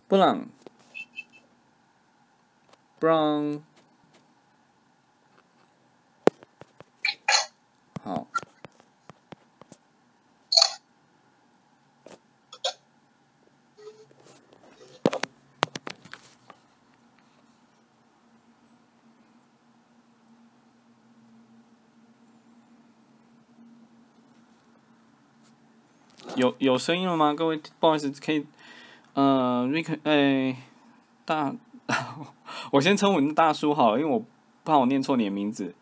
布朗，好。有声音了吗？各位，不好意思，可以Rick，大，我先称呼你大叔好了，因为我怕我念错你的名字。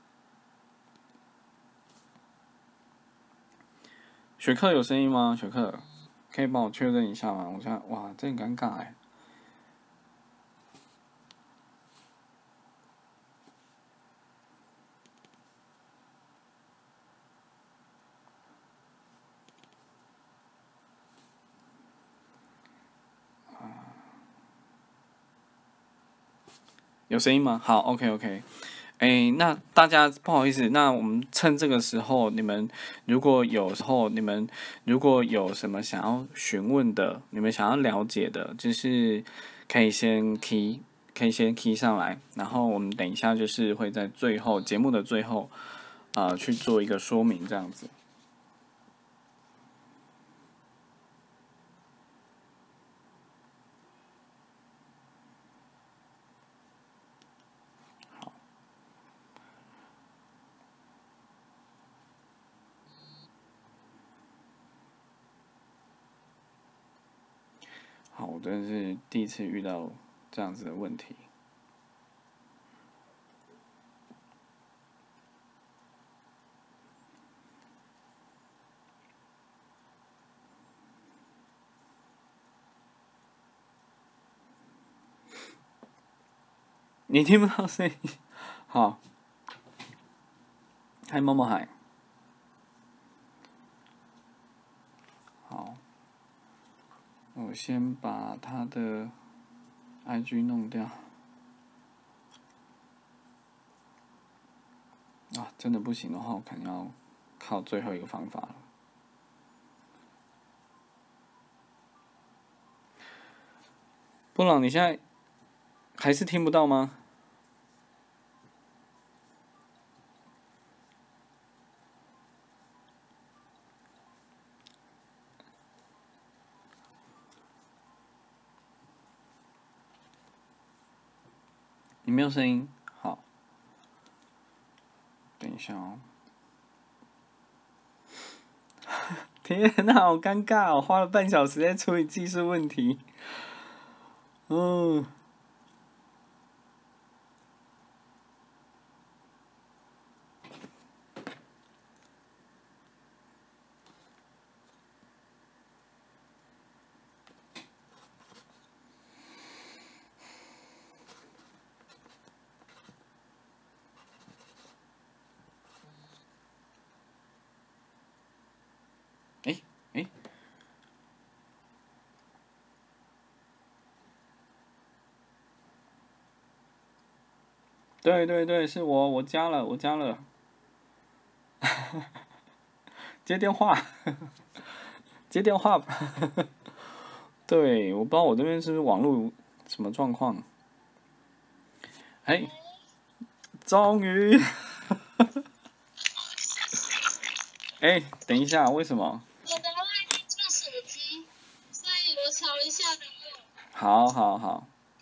雪克有声音吗？雪克，可以帮我确认一下吗？我现在哇，这很尴尬哎。有声音吗？好，OK。那大家不好意思，那我们趁这个时候，你们如果有什么想要询问的，你们想要了解的，就是可以先 key 上来，然后我们等一下就是会在节目的最后，去做一个说明这样子。好，我真的是第一次遇到这样子的问题。你听不到声音？好，嗨，猫猫海。好，我先把他的 IG 弄掉。真的不行的话，我可能要靠最后一个方法了。布朗，你现在还是听不到吗？你没有声音，好，等一下哦。天哪，好尴尬哦！花了半小时在处理技术问题。嗯。哎。对，是我加了。接电话，接电话。对，我不知道我这边是不是网络什么状况。终于。等一下，为什么？ 我的外面做手机，所以我调一下的。 好。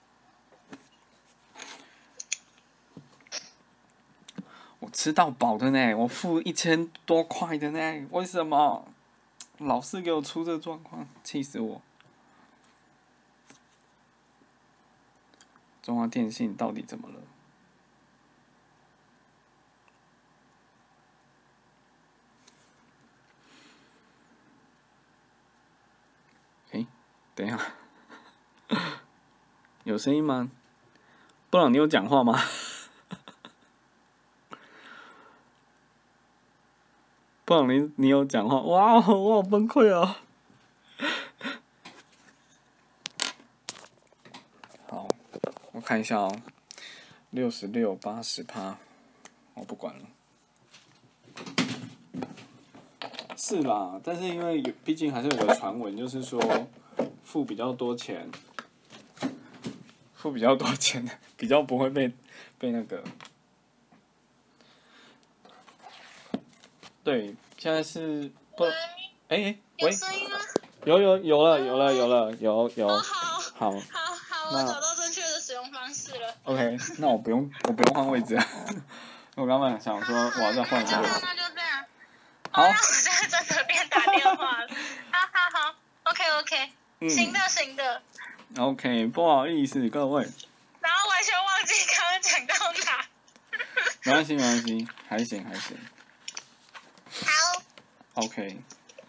我吃到饱的呢，我付1000多块的呢，为什么老是给我出这状况，气死我！中华电信到底怎么了？等一下，有声音吗？布朗，你有讲话吗？布朗，你有讲话？哇，我好崩溃哦！好，我看一下哦，66、80%，我不管了。是啦，但是因为毕竟还是有个传闻，就是说付比较多钱， 付比较多钱的，比较不会被那个。对，现在是不，喂， 有声音吗？ 有了，有。 哦，好， 好， 我找到正确的使用方式了。 OK，那我不用换位置啊。我刚刚想说我要再换一下位置。 那就这样。 好， 我现在真的变打电话了。好 ，OK，行的。 OK， 不好意思各位。 然后完全忘记刚刚讲到哪。 没关系，还行。 好。 OK。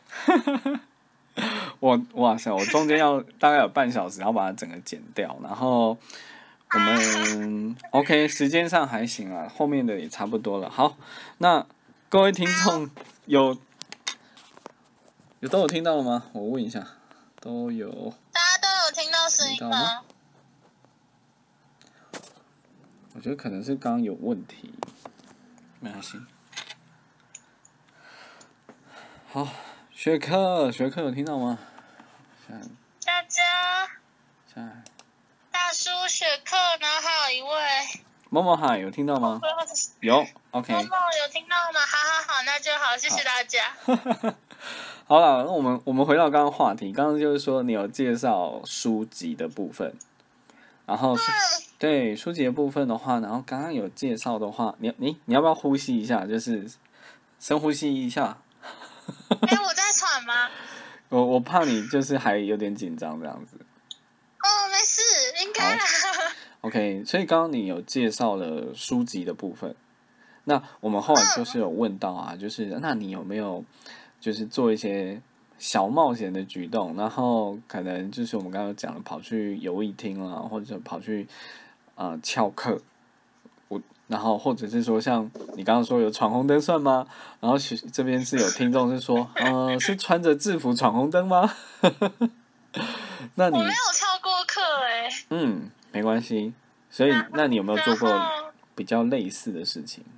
哇塞！我中间要大概有半小时，要把它整个剪掉，然后我们 OK 时间上还行啊，后面的也差不多了。好，那各位听众都有听到了吗？我问一下，都有。 大家都有听到声音吗？ 我觉得可能是刚刚有问题，没关系。好，学科有听到吗？ 大家。大叔学课，然后还有一位。 某某海有听到吗？有 ，OK。 某某有听到吗？好，那就好，谢谢大家。 好了，那我们回到刚刚话题，刚刚就是说你有介绍书籍的部分，然后对书籍的部分的话，然后刚刚有介绍的话，你要不要呼吸一下？就是深呼吸一下。 我在喘吗？ 我怕你就是还有点紧张这样子。 哦，没事，应该啦。 OK， 所以刚刚你有介绍了书籍的部分，那我们后来就是有问到啊，就是那你有没有就是做一些小冒险的举动，然后可能就是我们刚刚讲的跑去游艺厅啦，或者跑去翘课，然后或者是说像你刚刚说有闯红灯算吗？然后这边是有听众是说，是穿着制服闯红灯吗？那你我没有翘过课没关系。所以那你有没有做过比较类似的事情？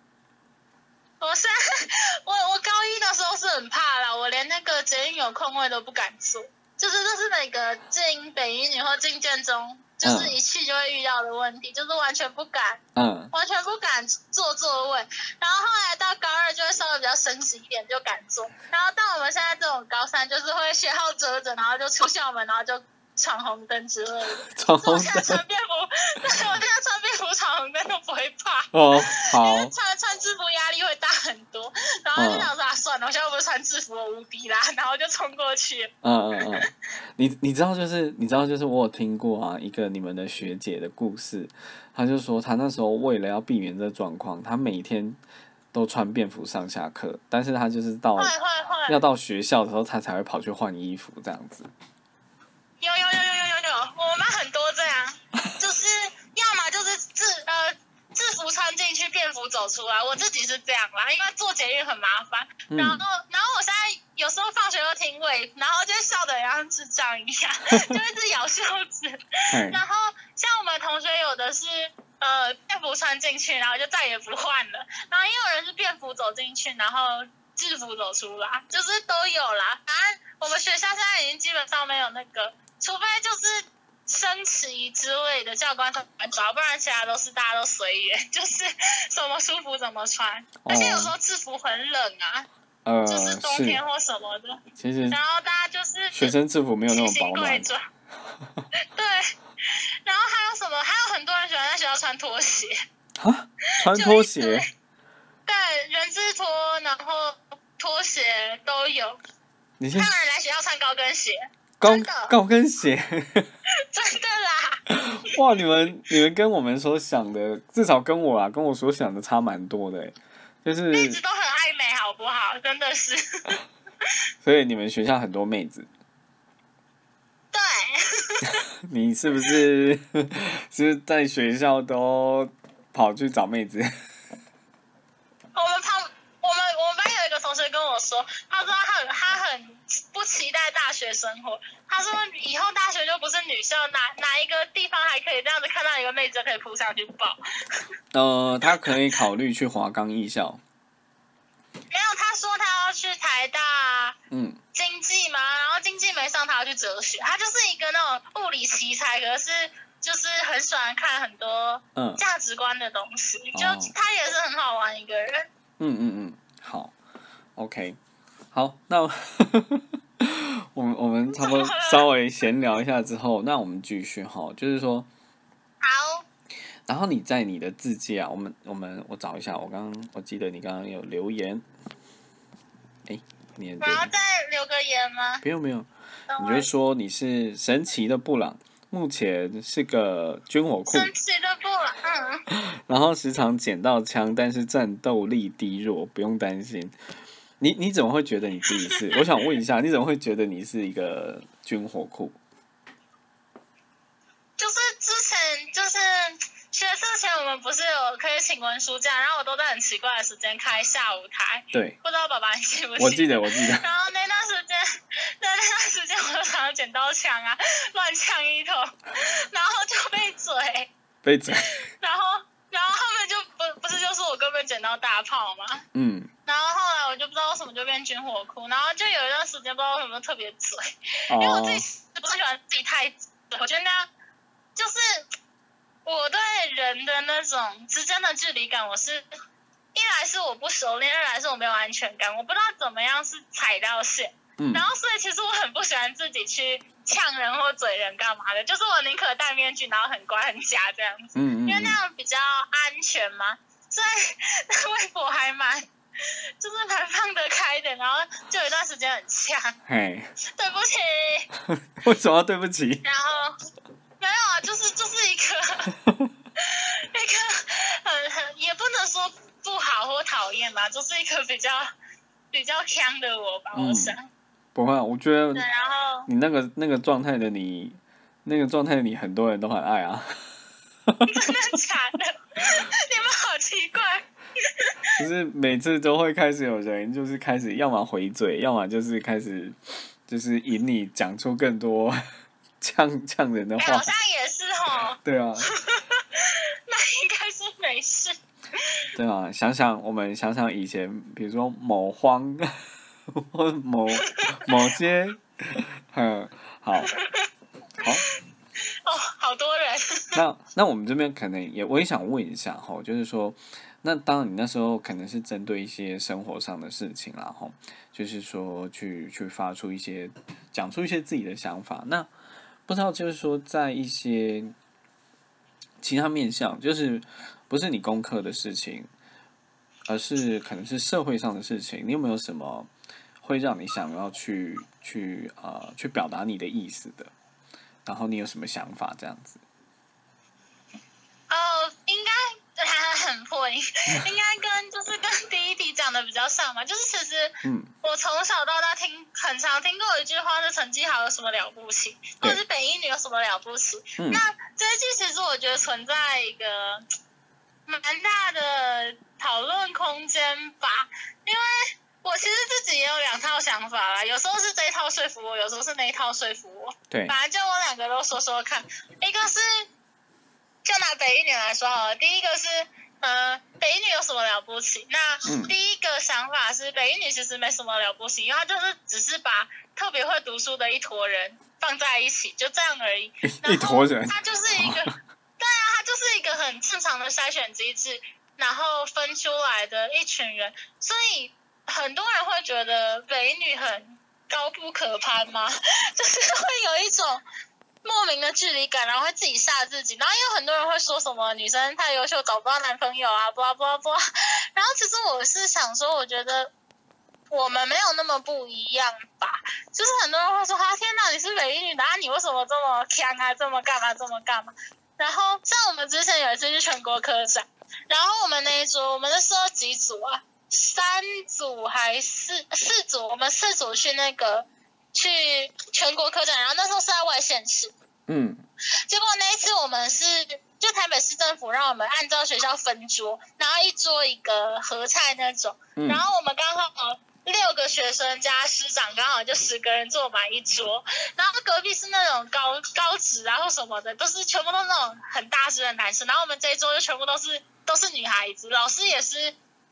我高一的时候是很怕啦，我连那个捷运有空位都不敢坐，就是这是每个进北一女或进建中，就是一去就会遇到的问题，就是完全不敢坐座位。然后后来到高二就会稍微比较升级一点，就敢坐。然后到我们现在这种高三，就是会学号遮着，然后就出校门，然后就闯红灯之类的。 闯红灯。 我现在穿便服闯红灯都不会怕。 哦，好。 因为穿制服压力会大很多，然后就想说算了，我现在不是穿制服我无敌啦，然后就冲过去。 你知道就是我有听过啊，一个你们的学姐的故事，她就说她那时候为了要避免这状况，她每天都穿便服上下课，但是她就是要到学校的时候，她才会跑去换衣服这样子。 有，我妈很多这样，就是要么就是制服穿进去，便服走出来。我自己是这样啦，因为坐捷运很麻烦。然后我现在有时候放学又听位，然后就笑得像智障一样，就一直咬袖子。然后像我们同学有的是便服穿进去，然后就再也不换了。然后也有人是便服走进去，然后制服走出来，就是都有啦。反正我们学校现在已经基本上没有那个，除非就是升旗之类的教官才抓，不然其他都是大家都随缘，就是什么舒服怎么穿。而且有时候制服很冷啊，就是冬天或什么的。 其实， 然后大家就是学生制服没有那么保暖。 对，然后还有什么？还有很多人喜欢在学校穿拖鞋。 啊？穿拖鞋？ 对，人字拖，然后拖鞋都有。还有人来学校穿高跟鞋。 高跟鞋。 真的啦！ 哇，你们跟我们所想的，至少跟我所想的差蛮多的就是妹子都很爱美，好不好？真的是。 所以你们学校很多妹子。 对。 你是不是在学校都跑去找妹子？ 我们班有一个同学跟我说，他说他很不期待大学生活。他说以后大学就不是女校，哪一个地方还可以这样子看到一个妹子就可以扑上去抱？ 他可以考虑去华冈艺校。 没有，他说他要去台大。 经济嘛，然后经济没上，他要去哲学，他就是一个那种物理奇才，可是就是很喜欢看很多价值观的东西，就他也是很好玩一个人。 好 ，OK， 好，那我们差不多稍微闲聊一下之后，那我们继续哈，就是说， 好。 然后你在你的字界啊，我找一下，我记得你刚刚有留言， 我要再留个言吗？ 不用，你就说你是神奇的布朗，目前是个军火库， 神奇的布朗， 然后时常捡到枪，但是战斗力低弱，不用担心。你怎么会觉得你自己是？我想问一下，你怎么会觉得你是一个军火库？ 就是之前学测前我们不是有可以请文书假，然后我都在很奇怪的时间开下午台。 对。 不知道爸爸你记不记得？ 我记得。 然后那段时间我就常常捡到枪啊，乱枪一通，然后就被嘴。 被嘴。 然后他们就不是就说我根本捡到大炮吗？然后后来我就不知道为什么就变军火库，然后就有一段时间不知道为什么特别嘴，因为我自己不是喜欢自己太嘴，我觉得那样就是我对人的那种之间的距离感，一来是我不熟练，二来是我没有安全感，我不知道怎么样是踩到线。然后所以其实我很不喜欢自己去呛人或嘴人干嘛的，就是我宁可戴面具，然后很乖很假这样子，因为那样比较安全嘛。所以那微博还蛮放得开的，然后就有一段时间很呛。 嘿， 对不起。 为什么要对不起？ 然后没有啊，就是一个很也不能说不好或讨厌吧，就是一个比较呛的我吧，我想。 不会，我觉得对，然后你那个状态的你，很多人都很爱啊。 真的假的？你们好奇怪。 就是每次都会开始有人就是开始要么回嘴，要么就是开始就是引你讲出更多呛人的话。 好像也是齁。 对啊。 那应该是没事。 对啊，我们想想以前，比如说某荒或某些，好。 好多人。 那我们这边可能我也想问一下哈，就是说，那当你那时候可能是针对一些生活上的事情啦哈，就是说去讲出一些自己的想法。那不知道就是说在一些其他面向，就是不是你功课的事情，而是可能是社会上的事情，你有没有什么会让你想要去表达你的意思的？然后你有什么想法这样子？ 应该很破音，应该跟第一题讲的比较像嘛，就是其实我从小到大很常听过一句话，是成绩好有什么了不起，或者是北一女有什么了不起。那这一句其实我觉得存在一个蛮大的讨论空间吧，因为我其实自己也有两套想法啦，有时候是这一套说服我，有时候是那一套说服我。 对， 反正就我两个都说看。一个是就拿北一女来说好了，第一个是北一女有什么了不起？那第一个想法是北一女其实没什么了不起，因为她就是只是把特别会读书的一坨人放在一起，就这样而已。 一坨人， 她就是一个对啊，她就是一个很正常的筛选机制，然后分出来的一群人，所以很多人会觉得北一女很高不可攀吗？就是会有一种莫名的距离感，然后会自己吓自己，然后也有很多人会说什么女生太优秀找不到男朋友啊，blah blah blah。然后其实我是想说，我觉得我们没有那么不一样吧。就是很多人会说，天哪，你是北一女的，你为什么这么强啊，这么干嘛，这么干嘛？然后像我们之前有一次去全国科展，然后我们那一桌，我们那时候几组啊？3组还是4组？我们4组去全国科展，然后那时候是在外县市。结果那一次我们就台北市政府让我们按照学校分桌，然后一桌一个合菜那种。然后我们刚好6个学生加师长，刚好就10个人坐满一桌。然后隔壁是那种高职啊或什么的，全部都是那种很大只的男生。然后我们这一桌就全部都是女孩子，老师也是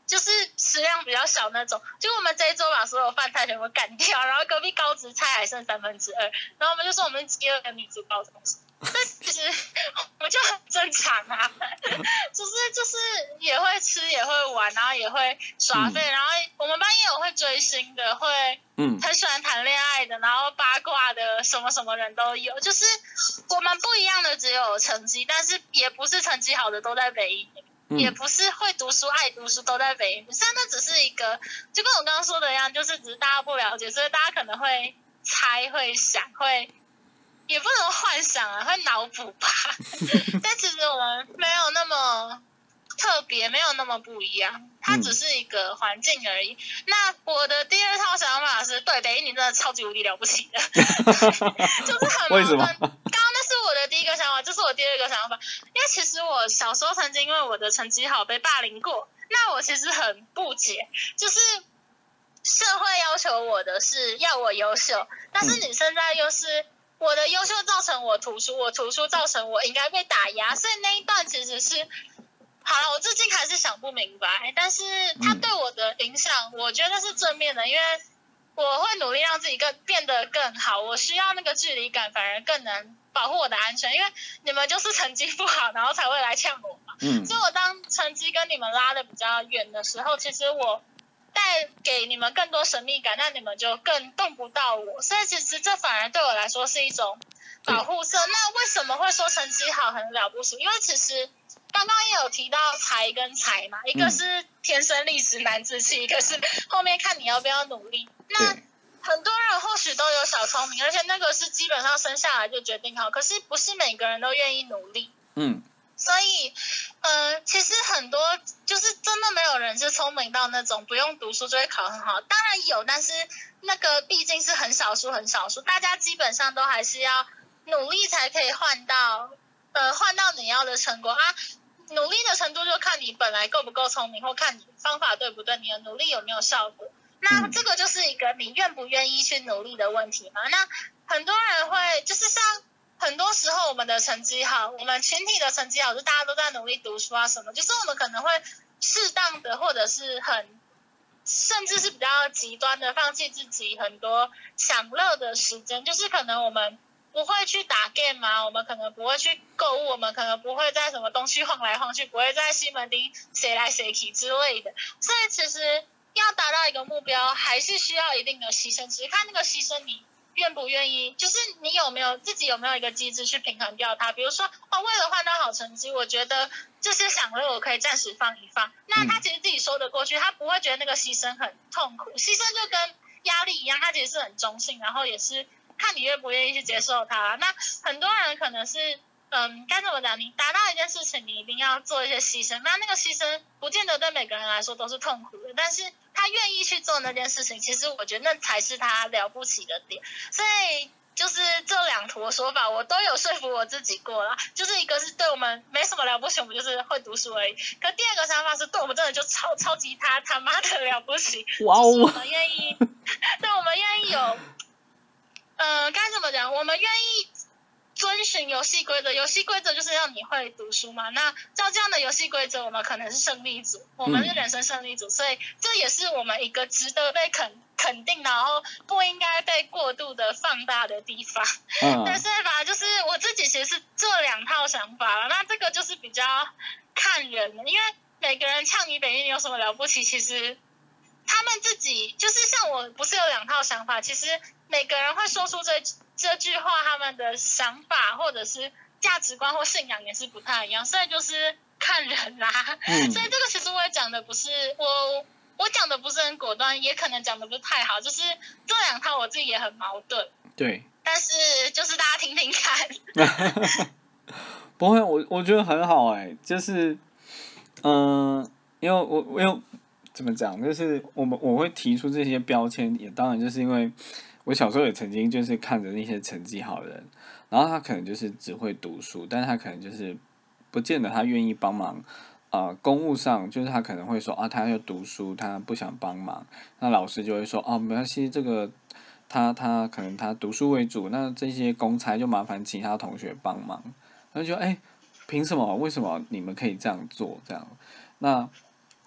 就是食量比较小那种。结果我们这一桌把所有饭菜全部干掉，然后隔壁高职菜还剩2/3，然后我们就说我们饥饿的女主高中生。但其实我们就很正常啊，就是也会吃也会玩，然后也会耍废，然后我们班也有会追星的，会很喜欢谈恋爱的，然后八卦的，什么什么人都有。就是我们不一样的只有成绩，但是也不是成绩好的都在北一女，也不是会读书爱读书都在北一女，虽然那只是一个，就跟我刚刚说的一样，就是只是大家不了解，所以大家可能会猜会想会。也不能幻想啊，会脑补吧。但其实我们没有那么特别，没有那么不一样，它只是一个环境而已。那我的第二套想法是，对，北一女真的超级无敌了不起的，就是很矛盾。刚刚那是我的第一个想法，这是我第二个想法。因为其实我小时候曾经因为我的成绩好被霸凌过，那我其实很不解，就是社会要求我的是要我优秀，但是你现在又是。我的优秀造成我读书，我读书造成我应该被打压，所以那一段其实是，好了，我至今还是想不明白，但是它对我的影响，我觉得是正面的，因为我会努力让自己变得更好，我需要那个距离感，反而更能保护我的安全，因为你们就是成绩不好，然后才会来呛我嘛，所以我当成绩跟你们拉的比较远的时候，其实我。带给你们更多神秘感，那你们就更动不到我，所以其实这反而对我来说是一种保护色。那为什么会说成绩好很了不起？因为其实刚刚也有提到才跟才嘛，一个是天生丽质难自弃，一个是后面看你要不要努力。那很多人或许都有小聪明，而且那个是基本上生下来就决定好，可是不是每个人都愿意努力。所以，其实很多就是真的没有人是聪明到那种不用读书就会考很好。当然有，但是那个毕竟是很少数，很少数。大家基本上都还是要努力才可以换到你要的成果啊。努力的程度就看你本来够不够聪明，或看你方法对不对，你的努力有没有效果。那这个就是一个你愿不愿意去努力的问题嘛。那很多人会就是像。很多时候我们的成绩好，我们群体的成绩好，就大家都在努力读书啊什么，就是我们可能会适当的或者是甚至是比较极端的放弃自己很多享乐的时间，就是可能我们不会去打 game 啊，我们可能不会去购物，我们可能不会在什么东西晃来晃去，不会在西门町谁来谁去之类的，所以其实要达到一个目标，还是需要一定的牺牲，只是看那个牺牲你。愿不愿意？就是你自己有没有一个机制去平衡掉它？比如说，为了换到好成绩，我觉得这些享乐我可以暂时放一放。那他其实自己说得过去，他不会觉得那个牺牲很痛苦。牺牲就跟压力一样，它其实是很中性，然后也是看你愿不愿意去接受它。那很多人可能是。该怎么讲？你达到一件事情，你一定要做一些牺牲。那个牺牲不见得对每个人来说都是痛苦的，但是他愿意去做那件事情，其实我觉得那才是他了不起的点。所以就是这两坨说法，我都有说服我自己过了。就是一个是对我们没什么了不起，我们就是会读书而已。可第二个想法是对我们真的就超级他妈的了不起。哇哦！就是我们愿意，对，我们愿意有，该怎么讲？我们愿意。遵循游戏规则，游戏规则就是让你会读书嘛。那照这样的游戏规则，我们可能是胜利组，我们是人生胜利组，所以这也是我们一个值得被肯定，然后不应该被过度的放大的地方。但是反正就是我自己其实是这两套想法了。那这个就是比较看人，因为每个人呛你北一女有什么了不起，其实他们自己就是像我不是有两套想法，其实每个人会说出这句话，他们的想法或者是价值观或信仰也是不太一样，所以就是看人啦。所以这个其实我也讲的不是我讲的不是很果断，也可能讲的不是太好，就是这两套我自己也很矛盾。 对。 但是就是大家听听看。 不会，我觉得很好就是因为怎么讲，就是我会提出这些标签，也当然就是因为。我小时候也曾经就是看着那些成绩好的人，然后他可能就是只会读书，但是他可能就是不见得他愿意帮忙，公务上就是他可能会说他要读书，他不想帮忙，那老师就会说没关系，这个他可能他读书为主，那这些公差就麻烦其他同学帮忙，他就凭什么？为什么你们可以这样做？这样，那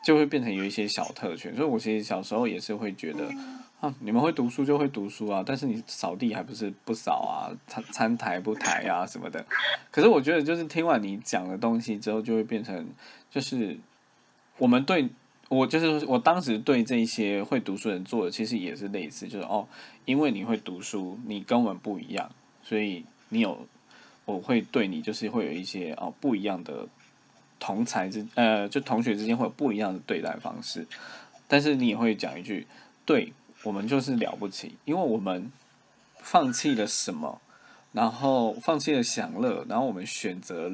就会变成有一些小特权。所以我其实小时候也是会觉得，你们会读书就会读书啊，但是你扫地还不是不扫啊，餐台不抬啊什么的。可是我觉得就是听完你讲的东西之后，就会变成就是我们对。我就是我当时对这些会读书人做的，其实也是类似，就是因为你会读书，你跟我们不一样，所以我会对你就是会有一些不一样的就同学之间会有不一样的对待方式，但是你也会讲一句，对我们就是了不起，因为我们放弃了什么，然后放弃了享乐，然后我们选择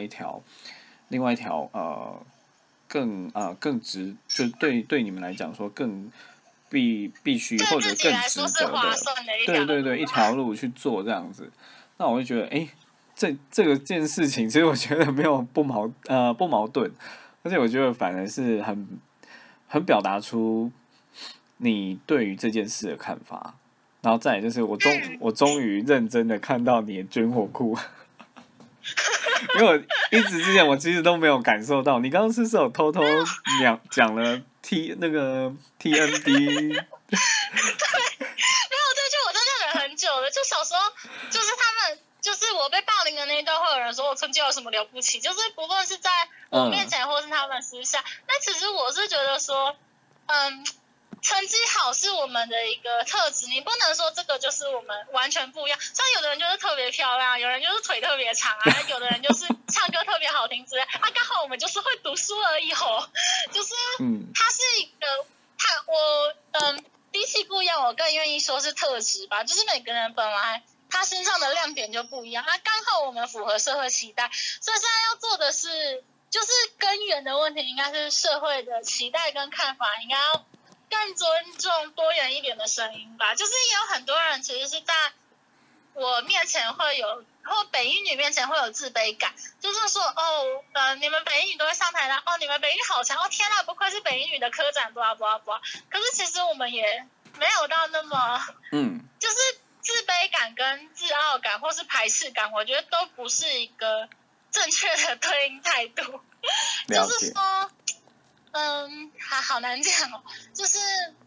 另外一条更值，就对你们来讲说更必须或者更值得的，对一条路去做这样子，那我会觉得这件事情其实我觉得没有不矛盾，而且我觉得反而是很表达出你对于这件事的看法，然后再来就是我终于认真的看到你的军火库。因为我一直之前我其实都没有感受到，你刚刚是不是有偷偷讲了 TND？ 对，没有这句我真的忍很久了，就小时候就是他们。就是我被霸凌的那一段，会有人说我成绩有什么了不起？就是不论是在我面前，或是他们私下，那其实我是觉得说，成绩好是我们的一个特质，你不能说这个就是我们完全不一样。像有的人就是特别漂亮，有人就是腿特别长啊，有的人就是唱歌特别好听之类。刚好我们就是会读书而已吼，就是它是一个，比起不一样，我更愿意说是特质吧。就是每个人本来他身上的亮点就不一样，刚好我们符合社会期待，所以现在要做的是，就是根源的问题，应该是社会的期待跟看法，应该要更尊重多元一点的声音吧。就是也有很多人其实是在我面前会有，或北一女面前会有自卑感，就是说你们北一女都会上台的，你们北一女好强，天哪，不愧是北一女的科长，blah blah blah。可是其实我们也没有到那么，就是自卑感跟自傲感或是排斥感，我觉得都不是一个正确的对应态度。就是说，好难讲哦，就是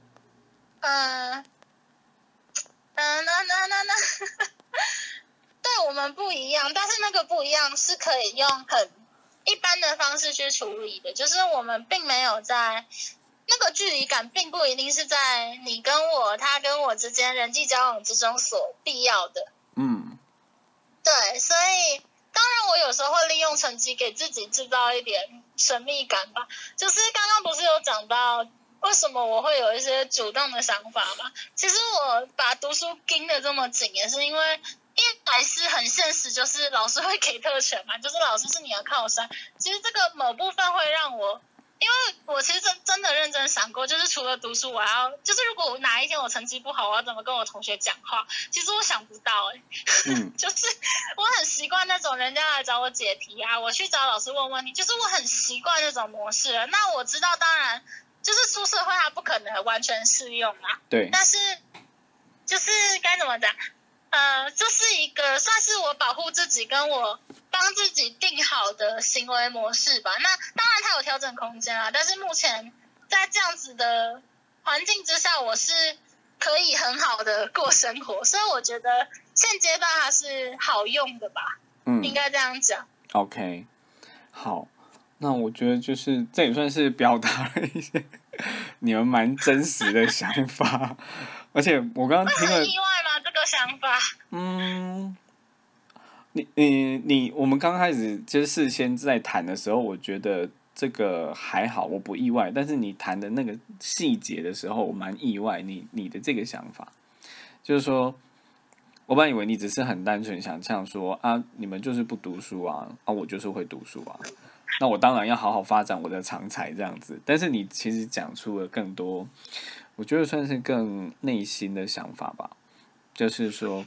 对我们不一样，但是那个不一样是可以用很一般的方式去处理的，就是我们并没有在那个距离感，并不一定是在你跟我、他跟我之间人际交往之中所必要的。对，所以当然我有时候会利用成绩给自己制造一点神秘感吧。就是刚刚不是有讲到为什么我会有一些主动的想法嘛？其实我把读书盯得这么紧，也是因为还是很现实，就是老师会给特权嘛，就是老师是你的靠山。其实这个某部分会让我，因为我其实真的认真想过，就是除了读书，就是如果哪一天我成绩不好，我要怎么跟我同学讲话？其实我想不到就是我很习惯那种人家来找我解题啊，我去找老师问问题，就是我很习惯那种模式了。那我知道，当然就是出社会它不可能完全适用啊， 对， 但是就是该怎么讲？这是一个算是我保护自己跟我帮自己定好的行为模式吧。那当然它有调整空间啊，但是目前在这样子的环境之下，我是可以很好的过生活，所以我觉得现阶段它是好用的吧。应该这样讲。 OK， 好，那我觉得就是这也算是表达了一些你们蛮真实的想法，而且我刚刚听了， 很意外吗？这个想法？ 我们刚开始就是事先在谈的时候，我觉得这个还好，我不意外。但是你谈的那个细节的时候，我蛮意外你的这个想法，就是说，我本来以为你只是很单纯想象说你们就是不读书啊，我就是会读书啊，那我当然要好好发展我的长才这样子。但是你其实讲出了更多，我觉得算是更内心的想法吧，就是说，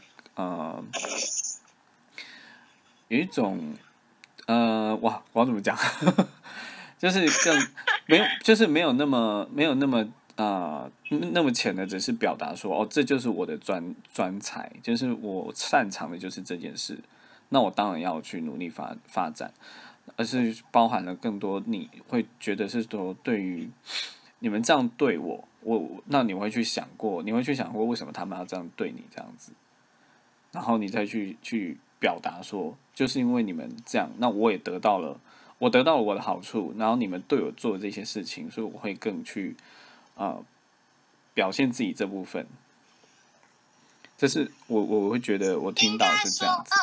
有一种我要怎么讲？就是没有那么那么浅的，只是表达说这就是我的专才，就是我擅长的就是这件事，那我当然要去努力发展。 而是包含了更多你会觉得是说对于你们这样对我那你会去想过为什么他们要这样对你这样子，然后你再去表达说，就是因为你们这样，那我也得到了我的好处，然后你们对我做的这些事情，所以我会更去表现自己这部分。这是我会觉得我听到的是这样子。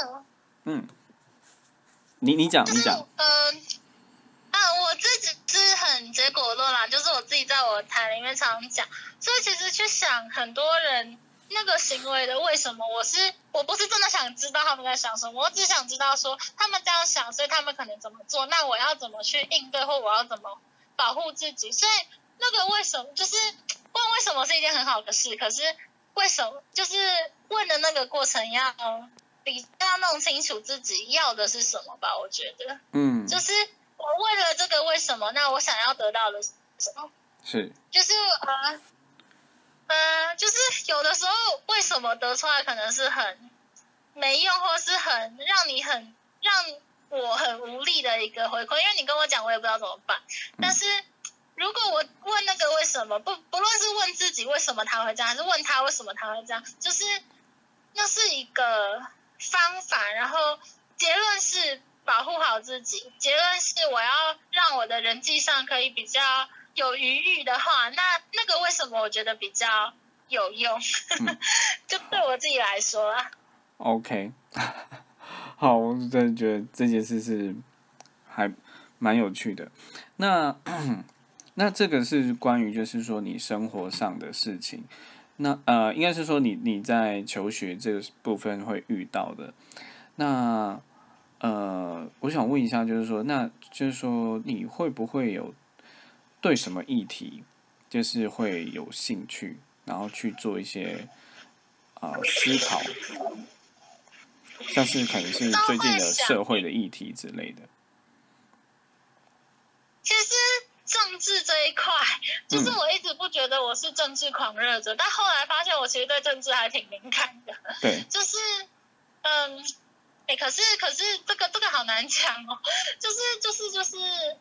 你讲就是你讲。 我自己是很结果论啦，就是我自己在我台里面常常讲，所以其实去想很多人那个行为的为什么，我不是真的想知道他们在想什么，我只想知道说他们这样想，所以他们可能怎么做，那我要怎么去应对，或我要怎么保护自己。所以那个为什么就是问为什么是一件很好的事，可是为什么就是问的那个过程要弄清楚自己要的是什么吧，我觉得，就是我为了这个为什么，那我想要得到的是什么？ 是， 就是就是有的时候为什么得出来可能是很没用，或是让我很无力的一个回馈，因为你跟我讲，我也不知道怎么办。但是如果我问那个为什么，不论是问自己为什么他会这样，还是问他为什么他会这样，就是那是一个方法，然后结论是保护好自己，结论是我要让我的人际上可以比较有余裕的话，那个为什么我觉得比较有用，就对我自己来说啦。 OK， 好，我真的觉得这件事是还蛮有趣的。那那这个是关于就是说你生活上的事情。那应该是说你在求学这个部分会遇到的。那我想问一下，就是说，那就是说你会不会有对什么议题就是会有兴趣，然后去做一些思考，像是可能是最近的社会的议题之类的。 其实政治这一块，就是我一直不觉得我是政治狂热者，但后来发现我其实对政治还挺敏感的。 对， 就是可是这个好难讲哦，就是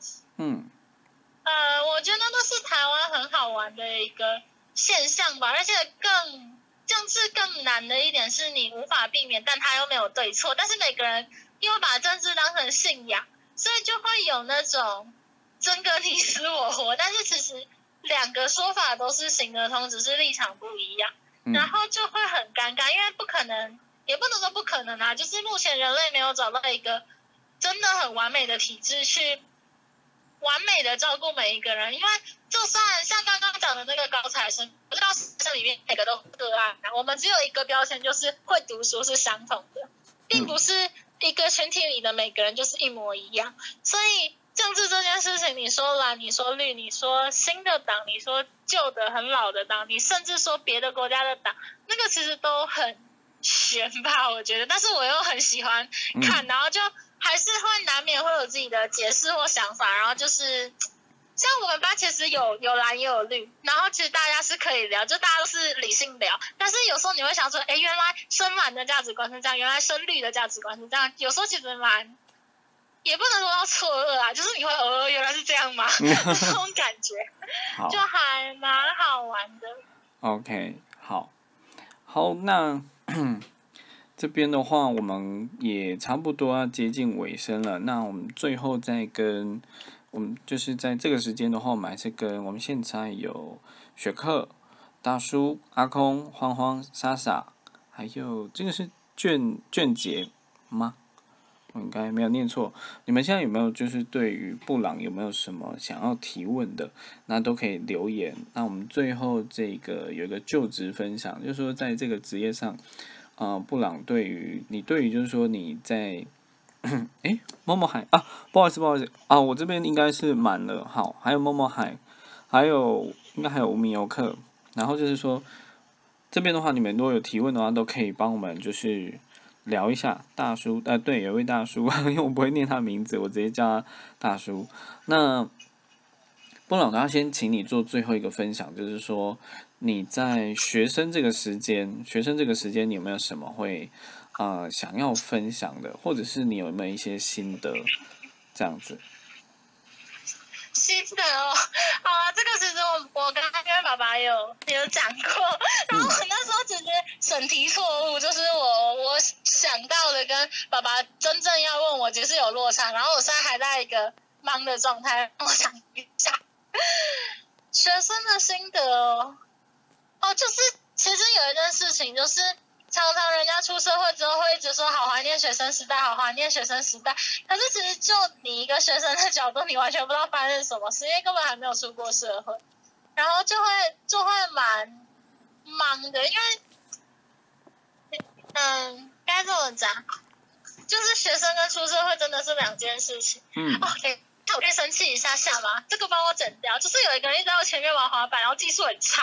我觉得那是台湾很好玩的一个现象吧，而且政治更难的一点是你无法避免，但它又没有对错，但是每个人因为把政治当成信仰，所以就会有那种争个你死我活，但是其实两个说法都是行得通，只是立场不一样，然后就会很尴尬，因为不可能，也不能说不可能啊，就是目前人类没有找到一个真的很完美的体制去完美的照顾每一个人，因为就算像刚刚讲的那个高材生，高材生里面每个都个案，我们只有一个标签，就是会读书是相同的，并不是一个群体里的每个人就是一模一样。所以政治这件事情，你说蓝，你说绿，你说新的党，你说旧的很老的党，你甚至说别的国家的党，那个其实都很悬吧，我觉得。但是我又很喜欢看，然后就还是会难免会有自己的解释或想法，然后就是像我们班其实有蓝也有绿，然后其实大家是可以聊，就大家都是理性聊，但是有时候你会想说，原来深蓝的价值观是这样，原来深绿的价值观是这样，有时候其实也不能说到错愕啊，就是你会原来是这样吗？这种感觉，就还蛮好玩的。 OK， 好，那这边的话，我们也差不多要接近尾声了。那我们最后再跟我们就是在这个时间的话，我们还是跟我们现在有雪克、大叔、阿空、慌慌、莎莎，还有这个是卷姐吗？我应该没有念错。你们现在有没有就是对于布朗有没有什么想要提问的？那都可以留言。那我们最后这个有一个就职分享，就是说在这个职业上，布朗对于就是说你在，某某海啊，不好意思啊，我这边应该是满了。好，还有某某海，还有应该还有无名游客。然后就是说这边的话，你们如果有提问的话，都可以帮我们就是聊一下。大叔，对，有一位大叔，因为我不会念他名字，我直接叫他大叔。那布朗，他先请你做最后一个分享，就是说你在学生这个时间，你有没有什么会想要分享的，或者是你有没有一些心得这样子。 是的哦，好啊，这个其实我刚刚跟爸爸有讲过，然后我那时候只是审题错误，就是我想到的跟爸爸真正要问我其实有落差，然后我现在还在一个忙的状态，我想一下，学生的心得就是其实有一件事情就是。常常人家出社会之后会一直说好怀念学生时代，好怀念学生时代。可是其实就你一个学生的角度，你完全不知道发生什么事，因为根本还没有出过社会，然后就会蛮忙的，因为该这么讲，就是学生跟出社会真的是两件事情。我可以生气一下下吗？这个帮我整掉。就是有一个人一直在我前面玩滑板，然后技术很差。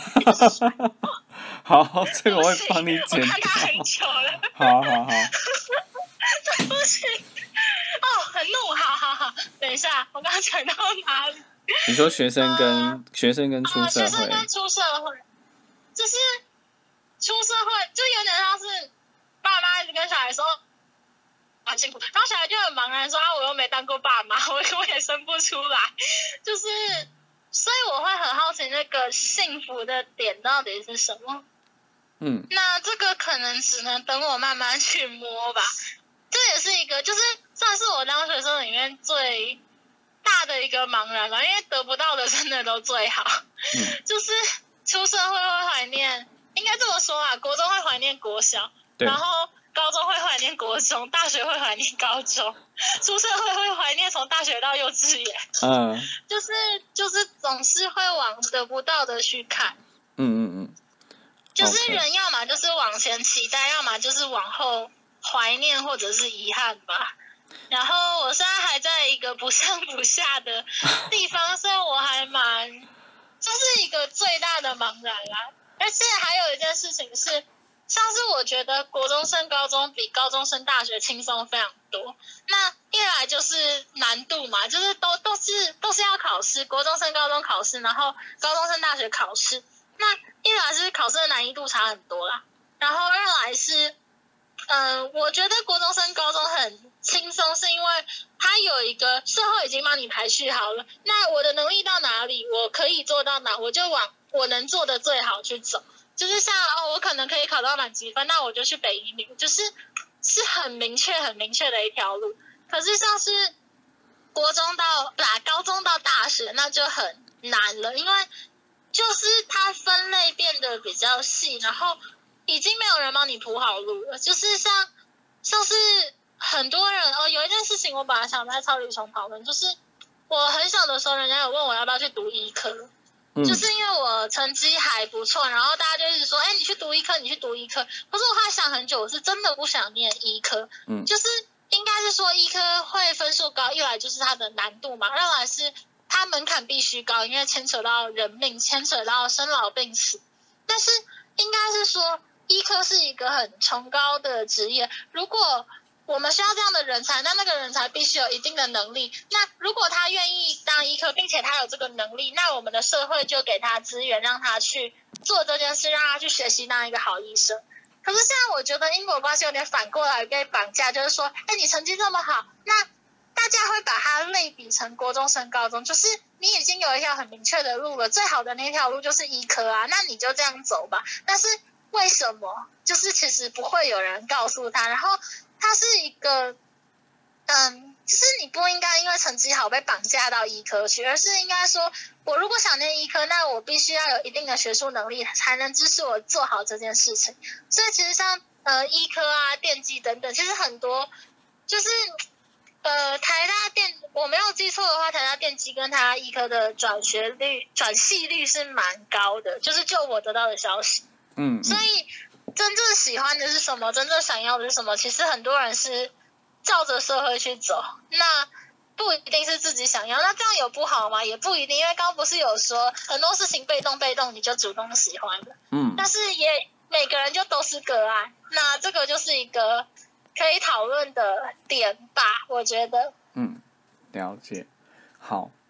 好，这个我会帮你剪掉。 我看他很久了。 好。 对不起。很怒，好。等一下，我刚刚讲到哪里？ 你说学生跟出社会。 学生跟出社会，就是出社会就有点像是爸妈一直跟小孩说。很辛苦，然后小孩就很茫然说我又没当过爸妈，我也生不出来，就是所以我会很好奇那个幸福的点到底是什么。那这个可能只能等我慢慢去摸吧。这也是一个就是算是我当学生里面最大的一个茫然吧，因为得不到的真的都最好。就是出社会会怀念，应该这么说啊，国中会怀念国小，然后高中会怀念国中，大学会怀念高中，出社会怀念从大学到幼稚园。就是总是会往得不到的去看。就是人要么就是往前期待，要么就是往后怀念或者是遗憾吧。然后我现在还在一个不上不下的地方，所以我还这是一个最大的茫然啦。而且还有一件事情是。像是我觉得国中升高中比高中升大学轻松非常多。那一来就是难度嘛，就是都是要考试，国中升高中考试，然后高中升大学考试。那一来是考试的难易度差很多啦，然后二来是，我觉得国中升高中很轻松，是因为它有一个社会已经帮你排序好了。那我的能力到哪里，我可以做到哪，我就往我能做的最好去走。就是像我可能可以考到满积分，那我就去北一女，就是很明确的一条路。可是像是高中到大学，那就很难了，因为就是它分类变得比较细，然后已经没有人帮你铺好路了。就是像是很多人有一件事情我本来想在超理穷讨论，就是我很小的时候，人家有问我要不要去读医科。就是因为我成绩还不错，然后大家就一直说，你去读医科，你去读医科。可是我后来想很久，我是真的不想念医科。就是应该是说医科会分数高，一来就是它的难度嘛，二来是它门槛必须高，因为牵扯到人命，牵扯到生老病死。但是应该是说医科是一个很崇高的职业，如果我们需要这样的人才，那个人才必须有一定的能力。那如果他愿意当医科，并且他有这个能力，那我们的社会就给他资源，让他去做这件事，让他去学习当一个好医生。可是现在我觉得因果关系有点反过来被绑架，就是说，你成绩这么好，那大家会把它类比成国中升高中，就是你已经有一条很明确的路了，最好的那条路就是医科啊，那你就这样走吧。但是为什么？就是其实不会有人告诉他，然后它是一个，就是你不应该因为成绩好被绑架到医科去，而是应该说，我如果想念医科，那我必须要有一定的学术能力，才能支持我做好这件事情。所以其实像医科啊、电机等等，其实很多就是台大我没有记错的话，台大电机跟台大医科的转系率是蛮高的，就是就我得到的消息。所以真正喜欢的是什么，真正想要的是什么，其实很多人是照着社会去走，那不一定是自己想要。那这样有不好吗？也不一定，因为刚刚不是有说很多事情被动你就主动喜欢了。但是也每个人就都是个案，那这个就是一个可以讨论的点吧，我觉得。 了解。好，